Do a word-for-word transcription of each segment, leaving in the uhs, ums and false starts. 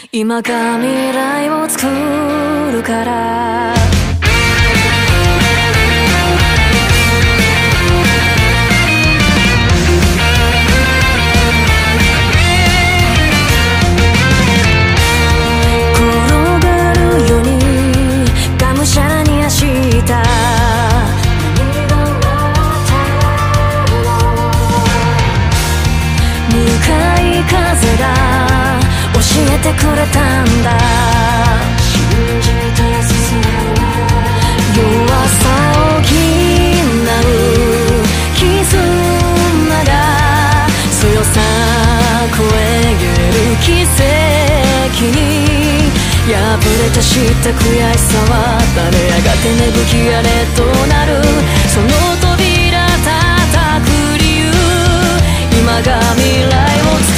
今が未来を作るから転がるようにがむしゃらに走った向かい風が教えてくれたんだ信じて進む弱さを補う絆が強さ超える奇跡に破れて知った悔しさは誰やがて芽吹き荒れとなるその扉叩く理由今が未来を作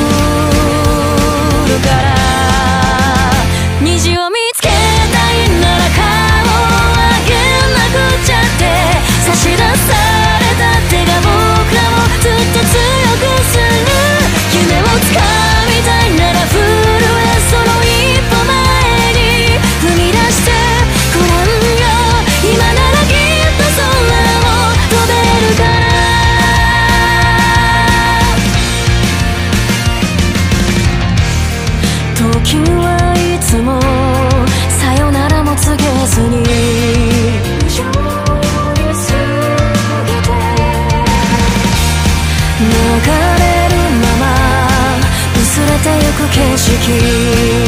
るから虹を見つけたいなら顔を上げなくちゃって差し出された手が僕らをずっと強くする夢をつかみたいなら震えその一歩前に踏み出してごらんよ今ならきっと空を飛べるから時はいつもさよならも告げずに通り過ぎて流れるまま薄れてゆく景色